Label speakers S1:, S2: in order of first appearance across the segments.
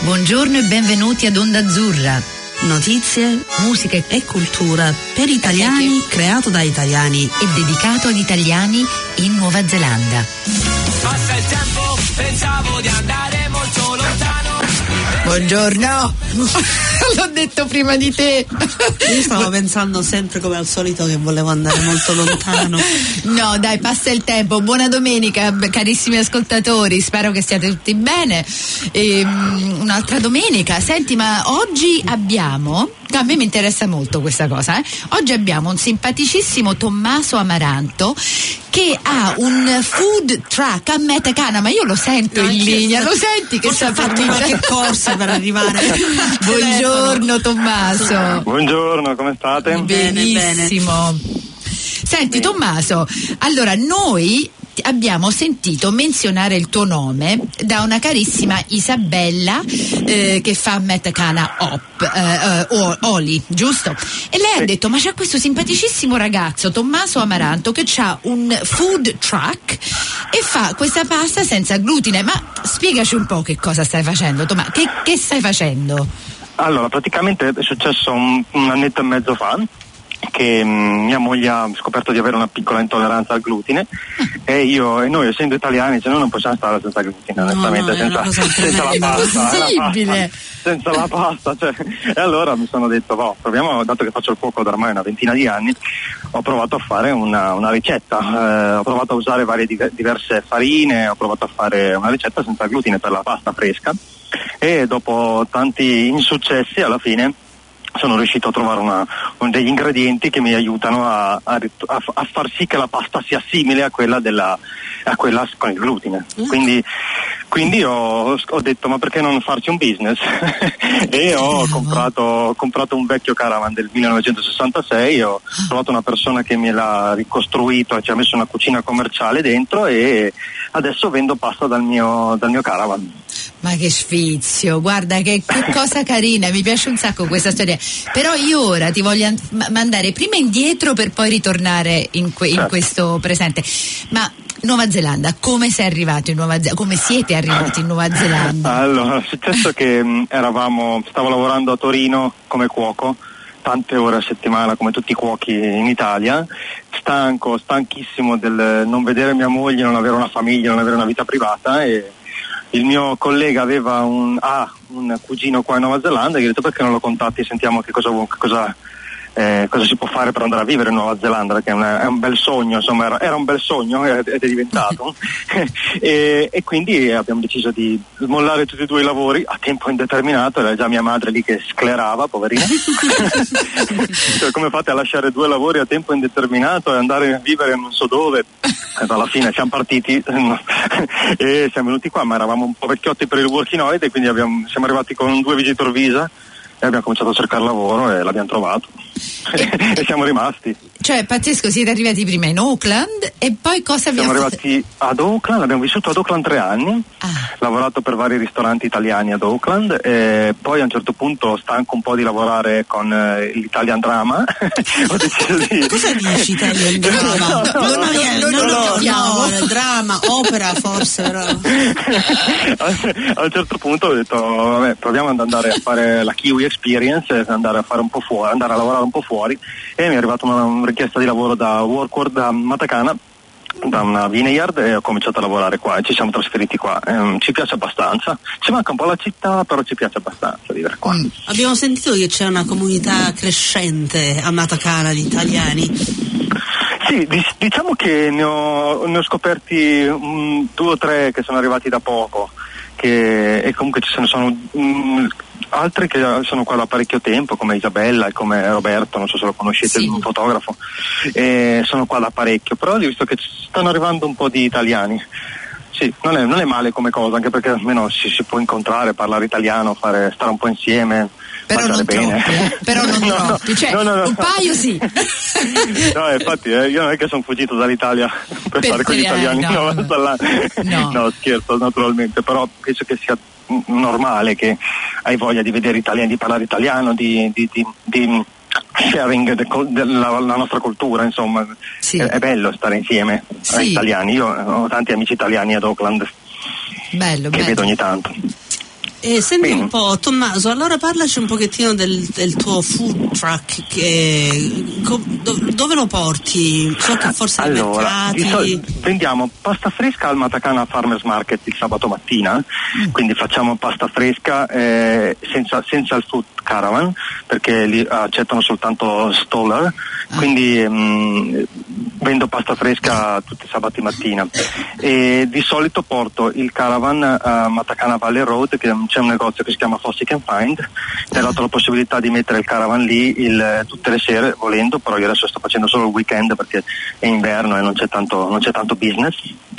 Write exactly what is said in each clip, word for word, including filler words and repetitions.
S1: Buongiorno e benvenuti ad Onda Azzurra.
S2: Notizie, musica e cultura per italiani, creato da italiani
S1: e dedicato ad italiani in Nuova Zelanda.
S3: Passa il tempo, pensavo di andare molto lontano.
S1: Buongiorno. L'ho detto prima di te.
S2: Io stavo pensando sempre come al solito che volevo andare molto lontano.
S1: No, dai, passa il tempo. Buona domenica, carissimi ascoltatori. Spero che stiate tutti bene. E, um, un'altra domenica. Senti, ma oggi abbiamo, a me mi interessa molto questa cosa, eh? Oggi abbiamo un simpaticissimo Tommaso Amaranto che ha un food truck a Metacana, ma io lo sento no, in linea, lo senti che sta
S2: fatto qualche corsa per arrivare.
S1: Buongiorno Tommaso.
S4: Buongiorno, come state?
S1: Benissimo. Bene. Senti Tommaso, allora noi abbiamo sentito menzionare il tuo nome da una carissima Isabella eh, che fa Metacana Op, eh, eh, Oli, giusto? E lei sì. ha detto, ma c'è questo simpaticissimo ragazzo Tommaso Amaranto che ha un food truck e fa questa pasta senza glutine. Ma spiegaci un po' che cosa stai facendo, Tommaso, che, che stai facendo?
S4: Allora, praticamente è successo un, un annetto e mezzo fa che mh, mia moglie ha scoperto di avere una piccola intolleranza al glutine e io e noi essendo italiani cioè noi non possiamo stare senza glutine, no, onestamente,
S2: no,
S4: senza, senza la pasta, la pasta senza la pasta, cioè. E allora mi sono detto, boh, proviamo, dato che faccio il cuoco da ormai una ventina di anni, ho provato a fare una, una ricetta, eh, ho provato a usare varie diver- diverse farine, ho provato a fare una ricetta senza glutine per la pasta fresca e dopo tanti insuccessi alla fine sono riuscito a trovare una, un degli ingredienti che mi aiutano a, a, a far sì che la pasta sia simile a quella della a quella con il glutine. Quindi, quindi ho, ho detto ma perché non farci un business? E ho comprato, ho comprato un vecchio caravan del millenovecentosessantasei, ho trovato una persona che me l'ha ricostruito, ci ha messo una cucina commerciale dentro e adesso vendo pasta dal mio, dal mio caravan.
S1: Ma che sfizio, guarda che, che cosa carina, mi piace un sacco questa storia. Però io ora ti voglio an- mandare prima indietro per poi ritornare in, que- in questo presente. Ma Nuova Zelanda, come sei arrivato in Nuova Zelanda? Come siete arrivati in Nuova Zelanda?
S4: Allora, è successo che mh, eravamo, stavo lavorando a Torino come cuoco, tante ore a settimana come tutti i cuochi in Italia, stanco, stanchissimo del non vedere mia moglie, non avere una famiglia, non avere una vita privata e il mio collega aveva un, ah, un cugino qua in Nuova Zelanda e gli ho detto perché non lo contatti e sentiamo che cosa, che cosa, eh, cosa si può fare per andare a vivere in Nuova Zelanda, perché è, una, è un bel sogno, insomma era, era un bel sogno ed è diventato e, e quindi abbiamo deciso di smollare tutti e due i lavori a tempo indeterminato, era già mia madre lì che sclerava, poverina. Cioè, come fate a lasciare due lavori a tempo indeterminato e andare a vivere non so dove? E alla fine siamo partiti e siamo venuti qua, ma eravamo un po' vecchiotti per il working holiday, quindi abbiamo, siamo arrivati con due visitor visa e abbiamo cominciato a cercare lavoro e l'abbiamo trovato e, e siamo rimasti.
S1: Cioè pazzesco, siete arrivati prima in Auckland e poi cosa vi
S4: siamo arrivati ad Auckland, abbiamo vissuto ad Auckland tre anni, ah. lavorato per vari ristoranti italiani ad Auckland e poi a un certo punto, stanco un po' di lavorare con eh, l'Italian Drama ho deciso di...
S2: Cosa dici Italian Drama?
S4: no, no,
S2: non
S4: no,
S2: no, no,
S4: no,
S2: no, dramma, opera forse però.
S4: A un certo punto ho detto vabbè, proviamo ad andare a fare la Kiwi Experience, andare a fare un po' fuori, andare a lavorare un po' fuori e mi è arrivata una, una richiesta di lavoro da Workworld da Matacana, da una vineyard e ho cominciato a lavorare qua e ci siamo trasferiti qua. Eh, ci piace abbastanza, ci manca un po' la città però ci piace abbastanza vivere qua.
S2: Mm. Abbiamo sentito che c'è una comunità crescente a Matacana di italiani.
S4: Sì, diciamo che ne ho, ne ho scoperti um, due o tre che sono arrivati da poco che, e comunque ci sono, sono um, altri che sono qua da parecchio tempo come Isabella e come Roberto, non so se lo conoscete, sì. Un fotografo, e sono qua da parecchio, però ho visto che stanno arrivando un po' di italiani. Sì, non è, non è male come cosa, anche perché almeno si, si può incontrare, parlare italiano, fare, stare un po' insieme,
S1: però non
S4: bene.
S1: Troppi, eh? Però non no, troppi, cioè no, no, no. Un paio sì.
S4: No, infatti eh, io non è che sono fuggito dall'Italia per, per stare con gli italiani, no, no, no. no. no scherzo naturalmente, però penso che sia normale che hai voglia di vedere italiani, di parlare italiano, di, di, di, di sharing della nostra cultura, insomma, sì. è, è bello stare insieme sì. agli italiani. Io ho tanti amici italiani ad Auckland
S1: bello,
S4: che
S1: bello.
S4: vedo ogni tanto.
S2: Eh, senti
S4: Bene.
S2: un po', Tommaso, allora parlaci un pochettino del, del tuo food truck, che, co- do- dove lo porti? So che forse ai
S4: Allora, di
S2: mercati.
S4: sol- vendiamo pasta fresca al Matacana Farmers Market il sabato mattina, mm. quindi facciamo pasta fresca eh, senza, senza il food caravan, perché lì accettano soltanto staller, ah. quindi mh, vendo pasta fresca tutti i sabati mattina. E di solito porto il caravan a Matacana Valley Road, che c'è un negozio che si chiama Fossick and Find, mi ha dato la possibilità di mettere il caravan lì il, tutte le sere volendo, però io adesso sto facendo solo il weekend perché è inverno e non c'è tanto, non c'è tanto business.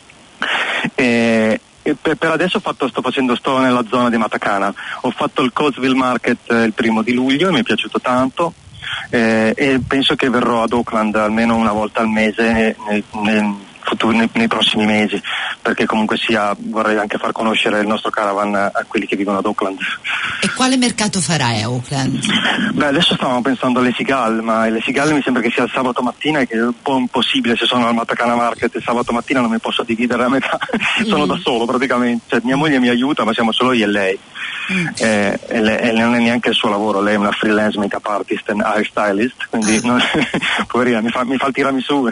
S4: E, e per, per adesso ho fatto, sto facendo sto nella zona di Matacana, ho fatto il Colesville Market eh, il primo di luglio e mi è piaciuto tanto. Eh, e penso che verrò ad Auckland almeno una volta al mese nei, nei, futuri, nei, nei prossimi mesi, perché comunque sia vorrei anche far conoscere il nostro caravan a, a quelli che vivono ad Auckland.
S1: E quale mercato farai a Auckland?
S4: Beh, adesso stavamo pensando alle Cigale, ma le Cigale mi sembra che sia il sabato mattina e che è un po' impossibile, se sono al Matacana Market il sabato mattina non mi posso dividere a metà, sono mm. da solo praticamente, cioè, mia moglie mi aiuta ma siamo solo io e lei. Mm. Eh, e, le, e non è neanche il suo lavoro, lei è una freelance make up artist and hair stylist, quindi non, poverina mi fa, mi fa il tiramisù.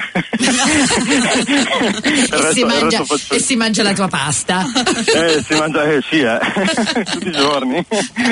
S1: e,
S4: resto,
S1: si mangia,
S4: faccio...
S1: e si mangia la tua pasta.
S4: eh si mangia, eh sì eh tutti i giorni.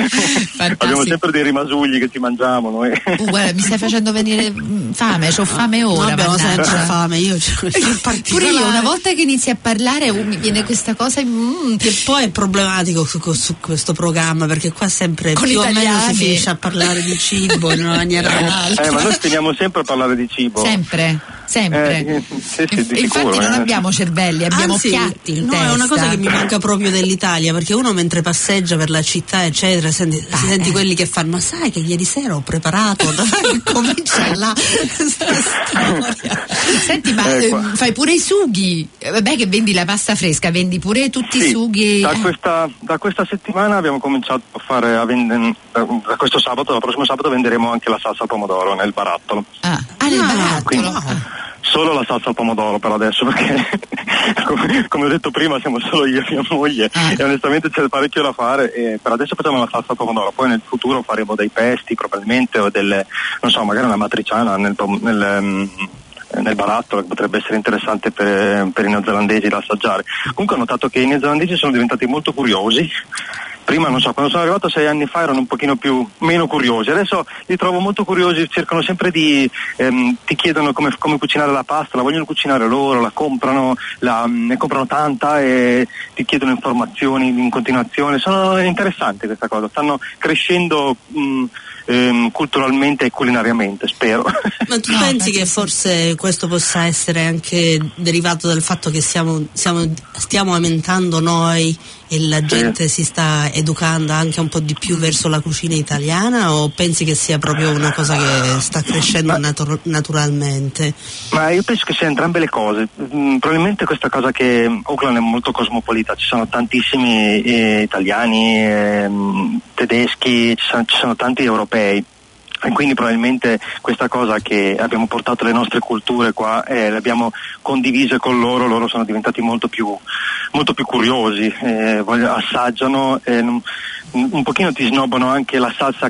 S4: Abbiamo sempre dei rimasugli che ci mangiamo noi.
S1: Uh, guarda, mi stai facendo venire fame, c'ho fame ora.
S2: No, abbiamo
S1: mannaggia.
S2: sempre fame, io
S1: pure io una volta che inizi a parlare uh, mi viene questa cosa mm,
S2: che poi è problematico su, su questo programma, perché qua sempre
S1: con
S2: più
S1: italiani.
S2: o meno si finisce a parlare di cibo in una maniera o un'altra.
S4: Eh, ma noi finiamo sempre a parlare di cibo.
S1: Sempre, sempre.
S4: Eh, sì, sì, di
S1: infatti
S4: sicuro,
S1: non
S4: eh.
S1: abbiamo cervelli, abbiamo
S2: Anzi,
S1: piatti in
S2: no,
S1: testa.
S2: è una cosa che mi manca proprio dell'Italia, perché uno mentre passeggia per la città eccetera senti,
S1: ah,
S2: si senti
S1: eh.
S2: quelli che fanno, ma sai che ieri sera ho preparato, comincia là questa storia.
S1: Senti, ma
S4: Eh,
S1: eh, fai pure i sughi, eh, vabbè che vendi la pasta fresca, vendi pure tutti
S4: sì,
S1: i sughi.
S4: Da
S1: eh.
S4: questa, da questa settimana abbiamo cominciato a fare, a vendere, da, da questo sabato, dal prossimo sabato venderemo anche la salsa al pomodoro nel barattolo.
S1: Ah, ah nel
S2: Ah,
S1: barattolo.
S4: quindi- Solo la salsa al pomodoro per adesso, perché come, come ho detto prima siamo solo io e mia moglie
S1: ah.
S4: e onestamente c'è parecchio da fare e per adesso facciamo la salsa al pomodoro, poi nel futuro faremo dei pesti probabilmente o delle, non so, magari una matriciana nel, nel, um, nel barattolo che potrebbe essere interessante per, per i neozelandesi da assaggiare. Comunque ho notato che i neozelandesi sono diventati molto curiosi. Prima, non so, quando sono arrivato sei anni fa erano un pochino più meno curiosi, adesso li trovo molto curiosi, cercano sempre di, ehm, ti chiedono come, come cucinare la pasta, la vogliono cucinare loro, la comprano, la, ne comprano tanta e ti chiedono informazioni in continuazione, sono interessanti questa cosa, stanno crescendo mh, ehm, culturalmente e culinariamente, spero.
S2: Ma tu
S1: No,
S2: pensi
S1: penso
S2: che
S1: sì.
S2: forse questo possa essere anche derivato dal fatto che siamo, siamo, stiamo aumentando noi e la gente si sta educando anche un po' di più verso la cucina italiana, o pensi che sia proprio una cosa che sta crescendo natu- naturalmente?
S4: Ma io penso che sia entrambe le cose. Mm, probabilmente questa cosa che Auckland è molto cosmopolita, ci sono tantissimi eh, italiani, eh, tedeschi, ci sono, ci sono tanti europei. E quindi probabilmente questa cosa che abbiamo portato le nostre culture qua eh, le abbiamo condivise con loro, loro sono diventati molto più, molto più curiosi, eh, voglio, assaggiano, eh, un, un pochino ti snobbano anche la salsa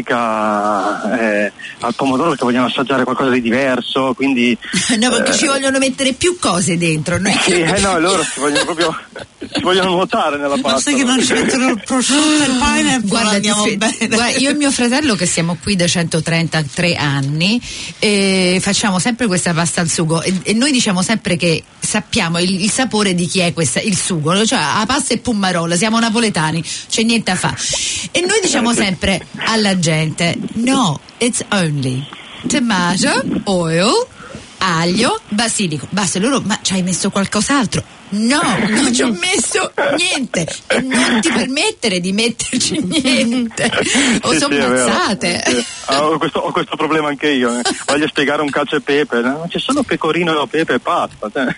S4: classica eh, al pomodoro perché vogliono assaggiare qualcosa di diverso, quindi...
S1: No, perché
S4: eh,
S1: ci vogliono mettere più cose dentro. Noi
S4: sì, eh no, loro si vogliono proprio si vogliono nuotare nella pasta.
S2: Basta che non ci mettono il prosciutto e il pineapple,
S1: Guarda,
S2: andiamo
S1: ti-
S2: bene.
S1: guarda, io e mio fratello che siamo qui da centotrentatré anni eh, facciamo sempre questa pasta al sugo e, e noi diciamo sempre che sappiamo il, il sapore di chi è questa, il sugo, cioè la pasta è Pummarola, siamo napoletani, c'è niente a fare e noi diciamo sempre alla gente no, it's only tomato, oil, aglio, basilico, basta. Loro, ma ci hai messo qualcos'altro? No, non ci ho messo niente e non ti permettere di metterci niente o
S4: Sì,
S1: sono
S4: sì, è vero.
S1: mazzate.
S4: Sì. Ah, ho, questo, ho questo problema anche io, eh. Voglio spiegare un cacio e pepe, no? C'è solo pecorino, pepe e pasta, cioè.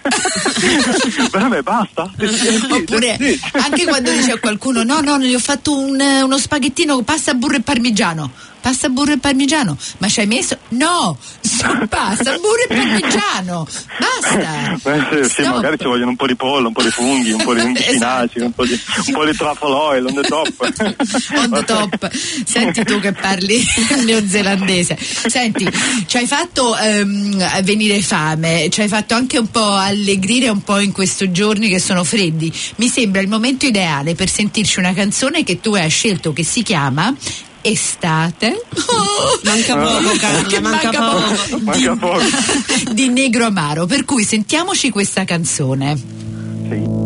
S4: Veramente basta? Sì, sì,
S1: Oppure
S4: sì.
S1: anche quando dice a qualcuno no no gli ho fatto un, uno spaghettino con pasta, burro e parmigiano. pasta, burro e parmigiano. Ma ci hai messo? No, pasta, burro e parmigiano, basta.
S4: Eh, sì, magari ci vogliono un po' di pollo, un po' di funghi, un po' di spinaci, un po' di, un po' di truffle oil on the top.
S1: On the top. Senti tu che parli neozelandese. Senti, ci hai fatto um, venire fame, ci hai fatto anche un po' allegrire un po' in questi giorni che sono freddi. Mi sembra il momento ideale per sentirci una canzone che tu hai scelto, che si chiama Estate.
S2: Oh, manca poco, Carla, manca,
S1: manca
S2: poco,
S1: poco.
S4: Manca
S1: Di,
S4: poco.
S1: di Negro Amaro, per cui sentiamoci questa canzone.
S4: Sì.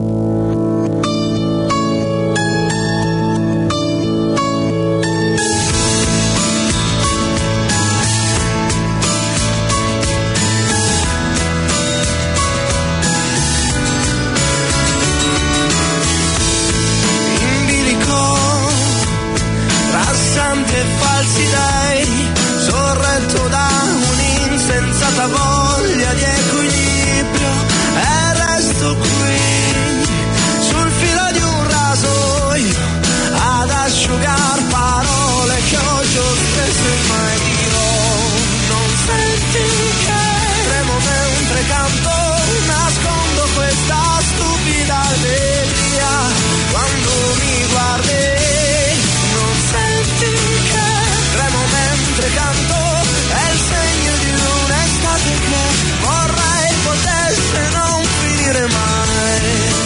S5: Voglia di equilibrio e resto qui sul filo di un rasoio ad asciugar parole che oggi ho spesso e mai dirò. Non senti che tremo mentre canto, nascondo questa stupida allegria quando mi guardi. Non senti che tremo mentre canto, è il segno di un'estate che vorrei potesse non finire mai.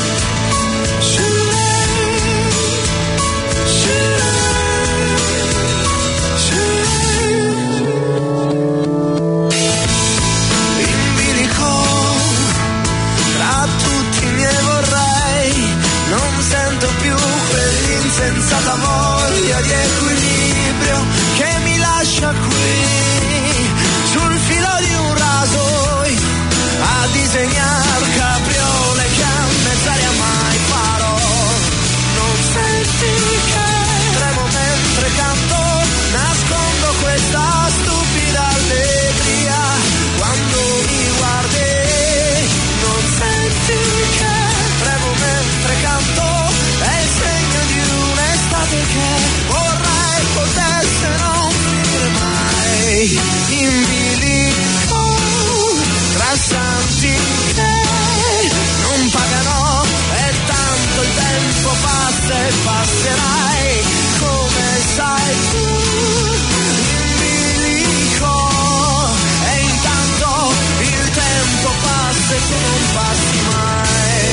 S5: In bilico tra tutti i miei vorrei, non sento più quell'insensata voglia di equilibrio che mi lascia qui sul filo di un rasoio a disegnar capriole che a mezz'aria mai farò. Non senti che tremo mentre canto, nascondo questa stupida allegria quando mi guardi. Non senti che tremo mentre canto, è il segno di un'estate che vorrei potesse non finire mai. In bilico tra santi che non pagano e tanto il tempo passa e passerai come sai tu. In bilico e intanto il tempo passa e tu non passi mai.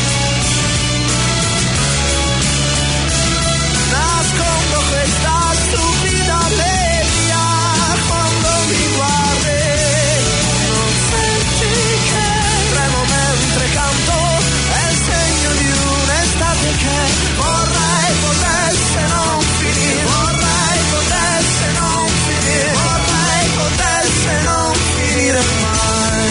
S5: Nascondo questa stupida allegria quando mi guardi. Non senti che tremo mentre canto, è il segno di un'estate che vorrei potesse non finire. Vorrei potesse non finire. Vorrei potesse non finire mai.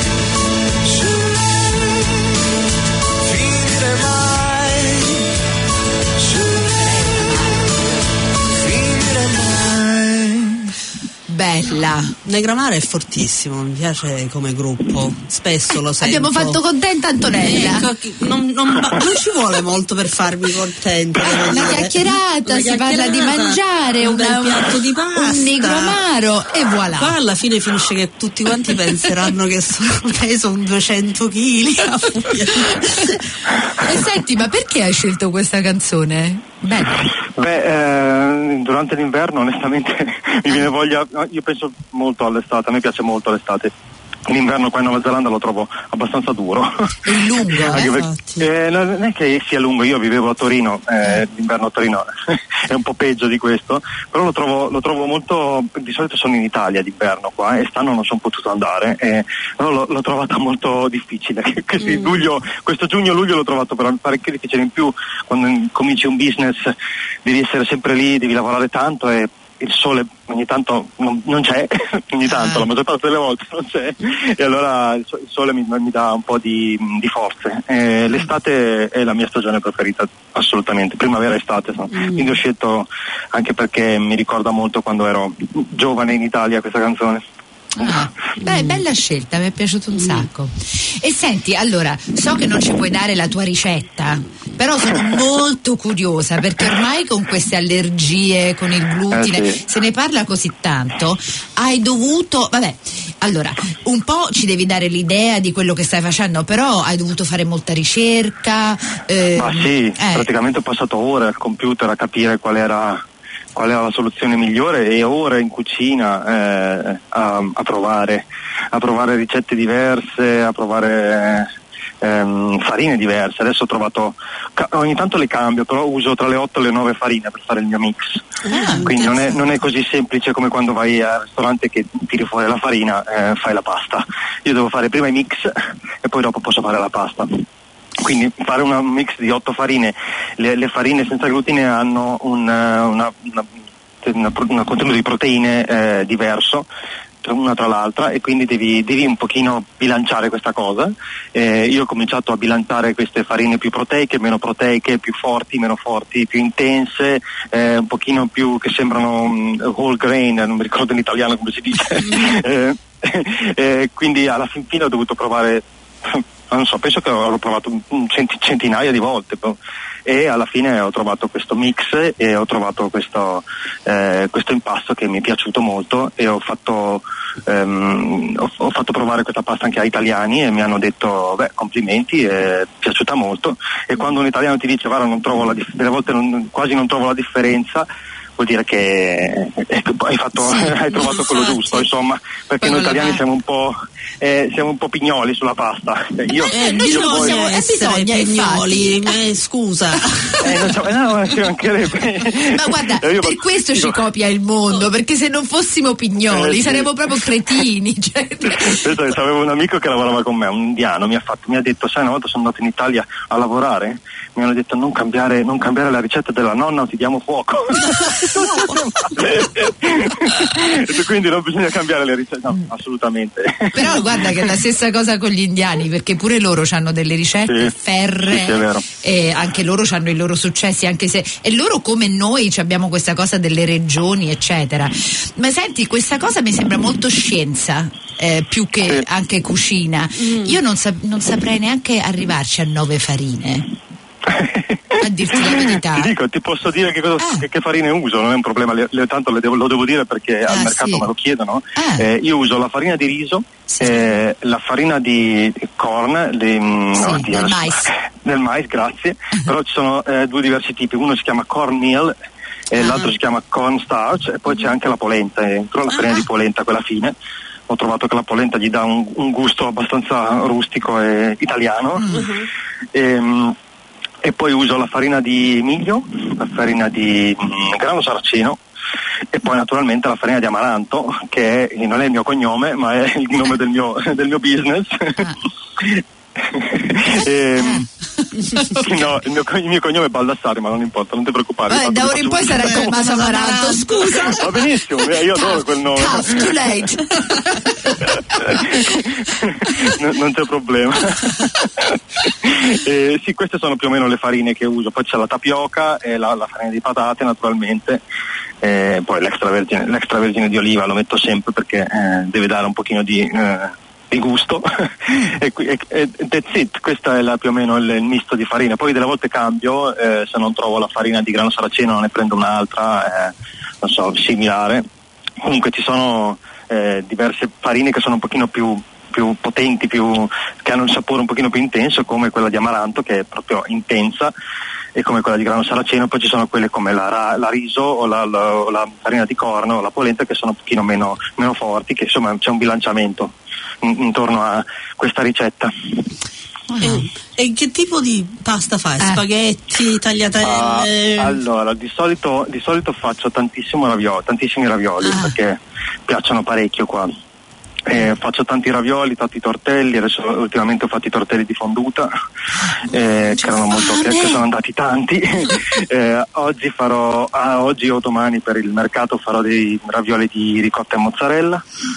S5: Finire mai. Finire mai.
S1: Bella.
S2: Negro Amaro è fortissimo, mi piace come gruppo, spesso lo sento.
S1: Abbiamo fatto contenta Antonella.
S2: Ecco, non, non, non ci vuole molto per farmi contenta. devo
S1: Una
S2: dire.
S1: chiacchierata,
S2: Una
S1: si parla di
S2: chiacchierata,
S1: mangiare,
S2: un bel
S1: una-
S2: piatto di pasta,
S1: un Negro Amaro e voilà.
S2: Poi alla fine finisce che tutti quanti penseranno che sono peso un duecento chili.
S1: E senti, ma perché hai scelto questa canzone? Bene.
S4: Beh, eh, durante l'inverno onestamente mi viene voglia, io penso molto all'estate, a me piace molto l'estate. L'inverno qua in Nuova Zelanda lo trovo abbastanza duro.
S1: È lungo, eh?
S4: Anche perché, eh, non è che sia lungo, io vivevo a Torino, eh, l'inverno a Torino è un po' peggio di questo, però lo trovo, lo trovo molto, di solito sono in Italia d'inverno qua, e stanno non sono potuto andare, eh, però l'ho, l'ho trovata molto difficile. Così, mm. luglio, questo giugno-luglio l'ho trovato però parecchio difficile, in più quando cominci un business devi essere sempre lì, devi lavorare tanto e il sole ogni tanto non, non c'è, ogni tanto, la maggior parte delle volte non c'è, e allora il, il sole mi, mi dà un po' di, di forze. Eh, l'estate è la mia stagione preferita, assolutamente, primavera e estate, no? mm. Quindi ho scelto anche perché mi ricorda molto quando ero giovane in Italia questa canzone.
S1: Ah, beh, bella scelta, mi è piaciuto un sacco. E senti, allora, so che non ci puoi dare la tua ricetta, però sono molto curiosa perché ormai con queste allergie, con il glutine,
S4: eh sì.
S1: se ne parla così tanto, hai dovuto, vabbè, allora, un po' ci devi dare l'idea di quello che stai facendo, però hai dovuto fare molta ricerca. Eh,
S4: Ma sì,
S1: eh.
S4: praticamente ho passato ore al computer a capire qual era qual era la soluzione migliore e ore in cucina eh, a, a provare a provare ricette diverse, a provare ehm, farine diverse. Adesso ho trovato, ca- ogni tanto le cambio, però uso tra le otto e le nove farine per fare il mio mix.
S1: Ah,
S4: quindi non è, non è così semplice come quando vai al ristorante che tiri fuori la farina e eh, fai la pasta. Io devo fare prima i mix e poi dopo posso fare la pasta. Quindi fare una mix di otto farine, le, le farine senza glutine hanno un una, una, una, una contenuto di proteine eh, diverso una tra l'altra, e quindi devi, devi un pochino bilanciare questa cosa. Eh, io ho cominciato a bilanciare queste farine più proteiche, meno proteiche, più forti, meno forti, più intense, eh, un pochino più che sembrano um, whole grain, non mi ricordo in italiano come si dice. eh, eh, quindi alla fin fine ho dovuto provare, non so, penso che avrò provato cent- centinaia di volte e alla fine ho trovato questo mix e ho trovato questo, eh, questo impasto che mi è piaciuto molto, e ho fatto ehm, ho, ho fatto provare questa pasta anche a italiani e mi hanno detto beh, complimenti, è piaciuta molto. E quando un italiano ti dice guarda, non trovo la dif- delle volte non, quasi non trovo la differenza, vuol dire che eh, hai, fatto, sì, hai trovato quello infatti. Giusto, insomma, perché noi italiani siamo un po' eh, siamo un po' pignoli sulla pasta. Io,
S2: eh,
S1: noi
S2: io
S1: non siamo
S2: essere pignoli, eh, scusa.
S4: Eh, non so, no, ci mancherebbe.
S1: Ma guarda, eh, per questo dico, ci copia il mondo, perché se non fossimo pignoli eh, saremmo sì. proprio cretini. Cioè.
S4: Avevo un amico che lavorava con me, un indiano, mi ha fatto, mi ha detto, sai, una volta sono andato in Italia a lavorare, mi hanno detto non cambiare, non cambiare la ricetta della nonna o ti diamo fuoco. Quindi non bisogna cambiare le ricette, no, assolutamente.
S1: Però guarda che è la stessa cosa con gli indiani, perché pure loro hanno delle ricette
S4: sì,
S1: ferree,
S4: sì, è vero.
S1: E anche loro hanno i loro successi, anche se e loro come noi abbiamo questa cosa delle regioni eccetera. Ma senti, questa cosa mi sembra molto scienza eh, più che sì. anche cucina. mm. Io non, sa- non saprei neanche arrivarci a nove farine. A dirti la verità.
S4: Ti dico, ti posso dire che, cosa,
S1: ah.
S4: che, che farine uso, non è un problema, le, le, tanto le devo, lo devo dire perché
S1: ah,
S4: al mercato
S1: sì.
S4: me lo chiedono.
S1: Ah.
S4: Eh, io uso la farina di riso, sì. eh, la farina di corn, di,
S1: sì,
S4: oddio,
S1: del mais.
S4: Del mais, grazie. Uh-huh. Però ci sono eh, due diversi tipi, uno si chiama cornmeal e uh-huh. l'altro si chiama corn starch, e poi uh-huh. c'è anche la polenta, dentro la farina uh-huh. di polenta, quella fine. Ho trovato che la polenta gli dà un, un gusto abbastanza rustico e italiano. Uh-huh. E, e poi uso la farina di miglio, la farina di mh, grano saraceno e poi naturalmente la farina di amaranto, che è, non è il mio cognome ma è il nome del mio, del mio business. Ah. e, no, il mio, il mio cognome è Baldassari, ma non importa, non ti preoccupare.
S1: Vabbè, da ora in poi sarà chiamato Amaranto, scusa.
S4: Va benissimo, io adoro quel nome.
S1: Tough, too late.
S4: no, non c'è problema. eh, sì, queste sono più o meno le farine che uso. Poi c'è la tapioca e la, la farina di patate naturalmente. Eh, poi l'extravergine, l'extravergine di oliva lo metto sempre perché eh, deve dare un pochino di eh, di gusto. e, e, e that's it, questa è la, più o meno il, il misto di farina. Poi delle volte cambio, eh, se non trovo la farina di grano saraceno ne prendo un'altra, eh, non so, similare. Comunque ci sono eh, diverse farine che sono un pochino più più potenti, più, che hanno il sapore un pochino più intenso, come quella di amaranto che è proprio intensa, e come quella di grano saraceno. Poi ci sono quelle come la, la riso o la, la, o la farina di corno o la polenta, che sono un pochino meno, meno forti, che insomma c'è un bilanciamento in, intorno a questa ricetta.
S2: E, e che tipo di pasta fai? Eh. Spaghetti, tagliatelle?
S4: Ah, allora, di solito, di solito faccio tantissimo ravioli, tantissimi ravioli, ah. perché piacciono parecchio qua. Eh, faccio tanti ravioli, tanti tortelli, adesso ultimamente ho fatto i tortelli di fonduta, eh, che erano molto, che, che sono andati tanti. eh, oggi farò, ah, oggi o domani per il mercato farò dei ravioli di ricotta e mozzarella.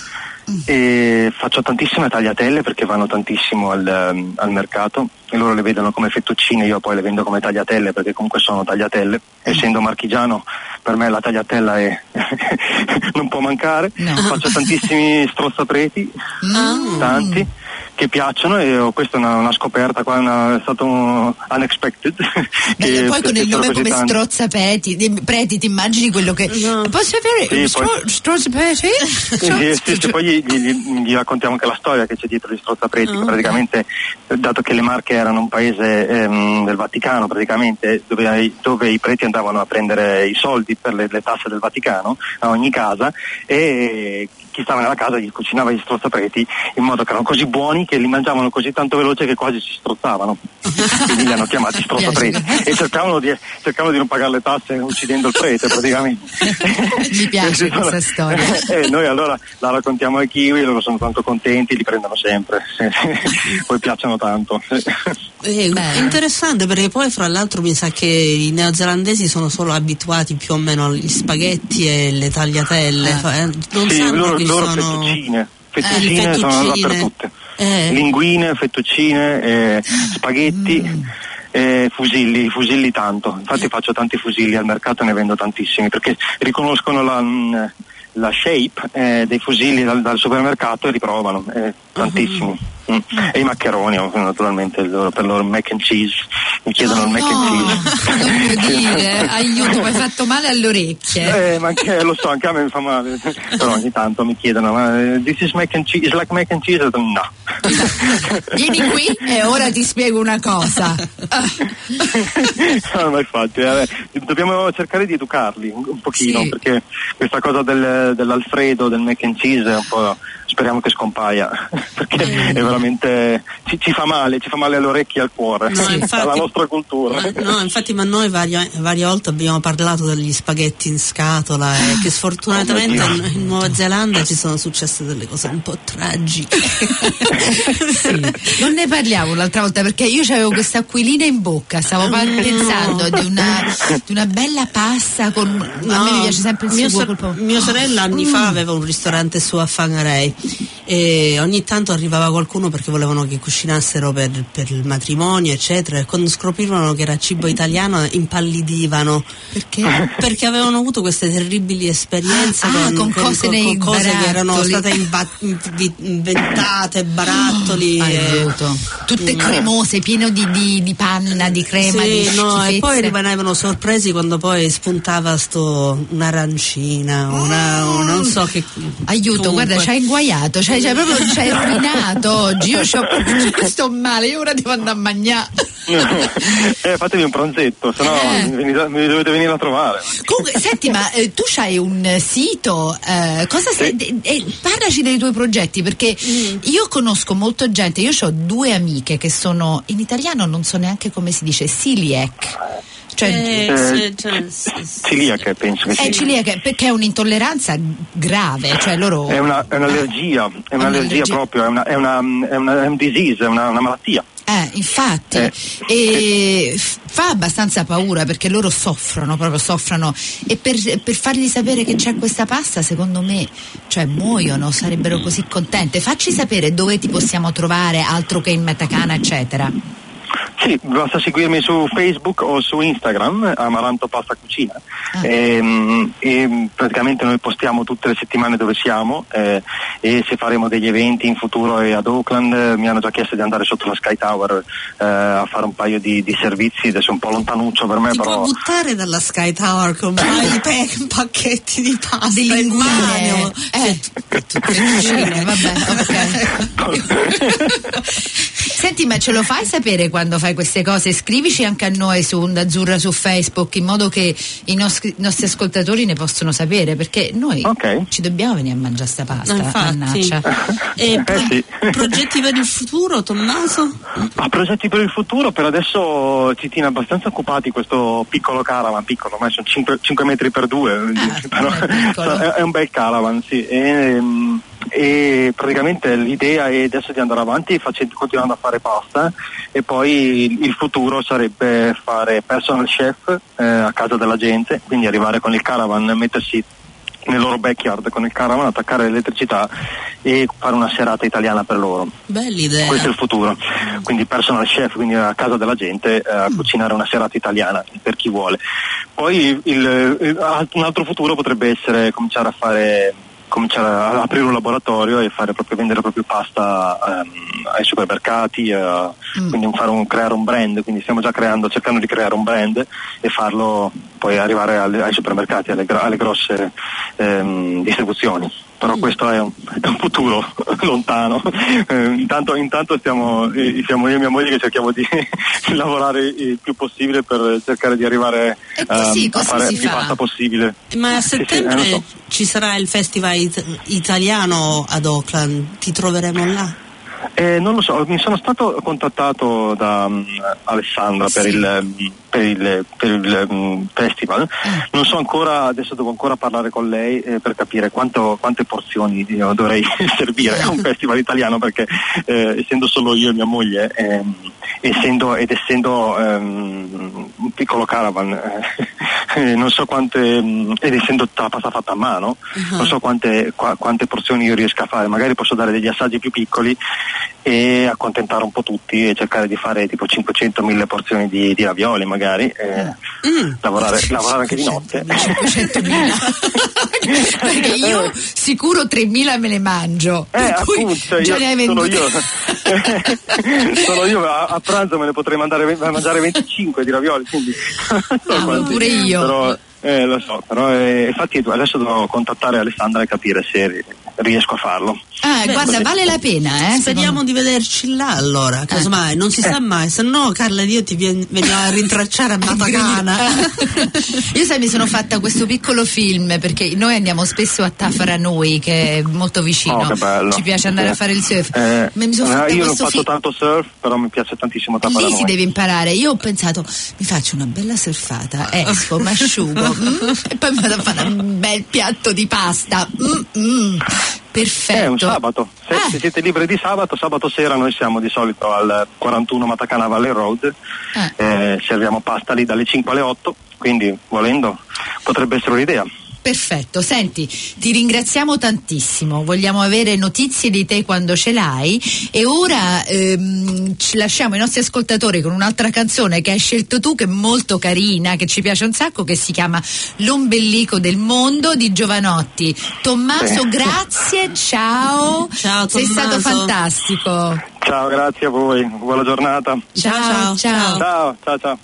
S4: e faccio tantissime tagliatelle perché vanno tantissimo al, um, al mercato e loro le vedono come fettuccine, io poi le vendo come tagliatelle perché comunque sono tagliatelle. Essendo marchigiano per me la tagliatella è non può mancare. No. Faccio tantissimi strozzapreti, mm. tanti che piacciono e oh, questa è una, una scoperta qua, una, è stato un unexpected.
S1: Beh, poi con il nome come strozzapreti, preti, ti immagini quello che no. Posso avere
S4: sì, stro,
S1: strozzapreti?
S4: Sì, sì, sì, poi gli, gli, gli raccontiamo anche la storia che c'è dietro gli strozzapreti, oh. praticamente dato che le Marche erano un paese ehm, del Vaticano praticamente dove, dove i preti andavano a prendere i soldi per le, le tasse del Vaticano a ogni casa e chi stava nella casa gli cucinava gli strozzapreti in modo che erano così buoni che li mangiavano così tanto veloce che quasi si strozzavano. Quindi li hanno chiamati strozzapreti e cercavano di, cercavano di non pagare le tasse uccidendo il prete praticamente.
S1: Mi piace questa storia.
S4: E noi allora la raccontiamo ai kiwi, loro sono tanto contenti, li prendono sempre. Poi piacciono tanto.
S2: Eh, è interessante perché poi fra l'altro mi sa che i neozelandesi sono solo abituati più o meno agli spaghetti e le tagliatelle. Eh. Non
S4: sì,
S2: sanno
S4: loro,
S2: che
S4: loro
S2: sono
S4: fettuccine. Fettuccine,
S2: eh, fettuccine
S4: sono dappertutto. Eh. Linguine, fettuccine, eh, spaghetti, mm. eh, fusilli, fusilli tanto. Infatti eh. faccio tanti fusilli al mercato e ne vendo tantissimi perché riconoscono la, la shape eh, dei fusilli dal, dal supermercato e li provano, eh, tantissimi. Uh-huh. Mm. E i maccheroni naturalmente loro, per loro mac and cheese mi chiedono
S1: oh,
S4: il mac
S1: no,
S4: and cheese.
S1: Non puoi dire, aiuto, mi hai fatto male alle orecchie.
S4: Eh, ma anche, lo so, anche a me mi fa male, però ogni tanto mi chiedono ma this is mac and cheese, is like mac and cheese? No.
S1: Vieni qui e ora ti spiego una cosa.
S4: No, ma infatti eh, dobbiamo cercare di educarli un, un pochino sì. Perché questa cosa del, dell'Alfredo, del mac and cheese è un po', speriamo che scompaia perché mm. è veramente ci, ci fa male, ci fa male alle orecchie e al cuore,
S2: no, infatti,
S4: alla nostra cultura.
S2: Ma, no, infatti, ma noi varie, varie volte abbiamo parlato degli spaghetti in scatola e che sfortunatamente oh, in, in Nuova Zelanda ci sono successe delle cose un po' tragiche.
S1: Sì. Non ne parliamo l'altra volta perché io avevo questa aquilina in bocca, stavo no. pensando di una, di una bella pasta con no, a me mi piace sempre il
S2: mio
S1: sugo
S2: so,
S1: col
S2: mia sorella anni mm. fa aveva un ristorante su a Whangarei e ogni tanto arrivava qualcuno perché volevano che cucinassero per, per il matrimonio eccetera e quando scoprivano che era cibo italiano impallidivano
S1: perché?
S2: Perché avevano avuto queste terribili esperienze
S1: ah,
S2: con,
S1: con, con cose, con,
S2: con cose
S1: barattoli.
S2: Che erano state imba- inventate, barattoli
S1: oh,
S2: e,
S1: tutte mm. cremose, pieno di, di, di panna, di crema,
S2: sì,
S1: di
S2: no,
S1: schifezze.
S2: E poi rimanevano sorpresi quando poi spuntava sto un'arancina una, oh. non so che
S1: aiuto, comunque. Guarda, ci hai inguaiato, ci hai, cioè, proprio ci hai rovinato oggi, io sto male, io ora devo andare a mangiare.
S4: eh, fatevi un pranzetto, sennò eh. mi, mi dovete venire a trovare.
S1: Comunque, senti, ma eh, tu c'hai un sito, eh, cosa sei, sì. eh, parlaci dei tuoi progetti, perché mm. io conosco molto gente, io ho due amiche che sono, in italiano non so neanche come si dice, celiac. Cioè,
S4: eh, cioè, celiaca penso che sia.
S1: È celiaca perché è un'intolleranza grave, cioè loro
S4: è, una, è un'allergia, è un'allergia proprio, è una, è una, è una, è un disease, è una, una malattia.
S1: Eh, infatti, eh, e eh. fa abbastanza paura perché loro soffrono, proprio soffrono e per, per fargli sapere che c'è questa pasta, secondo me, cioè muoiono, sarebbero così contente. Facci sapere dove ti possiamo trovare, altro che in Metacana, eccetera.
S4: Sì, basta seguirmi su Facebook o su Instagram, Amaranto Pasta Cucina, ah. e, e praticamente noi postiamo tutte le settimane dove siamo eh, e se faremo degli eventi in futuro e ad Auckland mi hanno già chiesto di andare sotto la Sky Tower eh, a fare un paio di, di servizi, adesso è un po' lontanuccio per me,
S2: ti
S4: però...
S2: puoi buttare dalla Sky Tower con un paio di pe- pacchetti di pasta in mano
S1: eh, eh, vabbè, ok. Senti, ma ce lo fai sapere quando fai queste cose? Scrivici anche a noi su Onda Azzurra su Facebook in modo che i nostri, i nostri ascoltatori ne possono sapere, perché noi okay. ci dobbiamo venire a mangiare sta pasta, mannaggia.
S2: E pro- eh sì. Progetti per il futuro, Tommaso?
S4: Ah, progetti per il futuro, per adesso ci tiene abbastanza occupati questo piccolo caravan, piccolo, ma sono cinque metri per due, ah, però è, è un bel caravan, sì. E, e praticamente l'idea è adesso di andare avanti facendo, continuando a fare pasta e poi il futuro sarebbe fare personal chef eh, a casa della gente, quindi arrivare con il caravan, mettersi nel loro backyard con il caravan, attaccare l'elettricità e fare una serata italiana per loro.
S2: Bella idea.
S4: Questo è il futuro, quindi personal chef, quindi a casa della gente eh, a mm. cucinare una serata italiana per chi vuole. Poi il, il, un altro futuro potrebbe essere cominciare a fare cominciare a aprire un laboratorio e fare proprio vendere proprio pasta um, ai supermercati, uh, mm. quindi fare un, creare un brand, quindi stiamo già creando, cercando di creare un brand e farlo poi arrivare alle, ai supermercati, alle, alle grosse um, distribuzioni. Però mm. questo è un, è un futuro lontano. Eh, intanto, intanto stiamo, eh, siamo io e mia moglie che cerchiamo di lavorare il più possibile per cercare di arrivare
S1: così,
S4: um, a fare più pasta possibile.
S2: Ma a settembre
S4: sì, sì, eh, so.
S2: ci sarà il festival it- italiano ad Auckland, ti troveremo là?
S4: Eh, non lo so, mi sono stato contattato da um, Alessandra sì. per il, per il, per il um, festival, eh. non so ancora, adesso devo ancora parlare con lei eh, per capire quanto, quante porzioni io dovrei servire a un festival italiano, perché eh, essendo solo io e mia moglie eh, essendo, ed essendo um, un piccolo caravan eh, non so quante, ed essendo la pasta fatta a mano uh-huh. non so quante, qua, quante porzioni io riesco a fare, magari posso dare degli assaggi più piccoli e accontentare un po' tutti e cercare di fare tipo cinquecento mille porzioni di, di ravioli magari e mm. lavorare, lavorare anche di notte.
S1: cinquecentomila perché io sicuro tremila me ne mangio,
S4: eh,
S1: per cui
S4: appunto,
S1: già
S4: io,
S1: ne hai
S4: sono
S1: vendute.
S4: io sono io a, a pranzo me ne potrei mandare, mangiare venticinque di ravioli, quindi
S1: ah, pure io
S4: però, eh, lo so, però eh, infatti adesso devo contattare Alessandra e capire se riesco a farlo.
S1: Ah, Beh, guarda, vale la pena, eh?
S2: Speriamo di vederci là allora, casomai, eh. non si sa eh. mai, se no Carla ed io ti vien- veniamo a rintracciare a Matacana.
S1: Io sai, mi sono fatta questo piccolo film perché noi andiamo spesso a Tafaranui, che è molto vicino.
S4: Oh, che bello.
S1: Ci piace andare
S4: sì.
S1: a fare il surf.
S4: Eh,
S1: Ma mi sono fatta
S4: io non faccio
S1: fi-
S4: tanto surf, però mi piace tantissimo Tafaranui.
S1: Lì si deve imparare. Io ho pensato, mi faccio una bella surfata, esco, mi asciugo mm, e poi mi vado a fare un bel piatto di pasta. Mm, mm. Perfetto.
S4: È un sabato, se, ah. se siete liberi di sabato, sabato sera noi siamo di solito al quarantuno Matacana Valley Road, ah. eh, serviamo pasta lì dalle cinque alle otto, quindi volendo potrebbe essere un'idea.
S1: Perfetto, senti, ti ringraziamo tantissimo, vogliamo avere notizie di te quando ce l'hai e ora ehm, ci lasciamo i nostri ascoltatori con un'altra canzone che hai scelto tu, che è molto carina, che ci piace un sacco, che si chiama L'ombelico del mondo di Giovanotti. Tommaso, eh. grazie, ciao.
S2: Ciao Tommaso.
S1: Sei stato fantastico.
S4: Ciao, grazie a voi, buona giornata.
S1: Ciao, ciao. Ciao,
S4: ciao, ciao. ciao.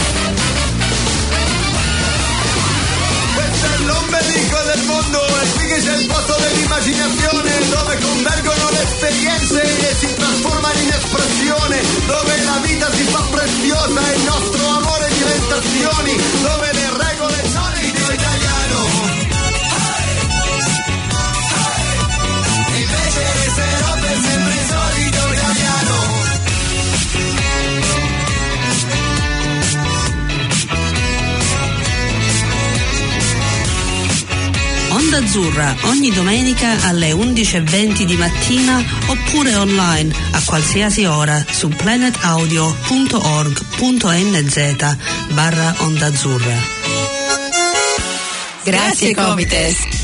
S5: L'ombelico del mondo è qui che c'è il posto dell'immaginazione, dove convergono le esperienze e si trasformano in espressione, dove la vita si fa preziosa e il nostro amore diventa azioni, dove le regole sono il Dio italiano. Invece resterò per sempre il solito italiano.
S2: Onda Azzurra ogni domenica alle undici e venti di mattina oppure online a qualsiasi ora su planetaudio punto org punto nz barra Onda Azzurra.
S1: Grazie Comites.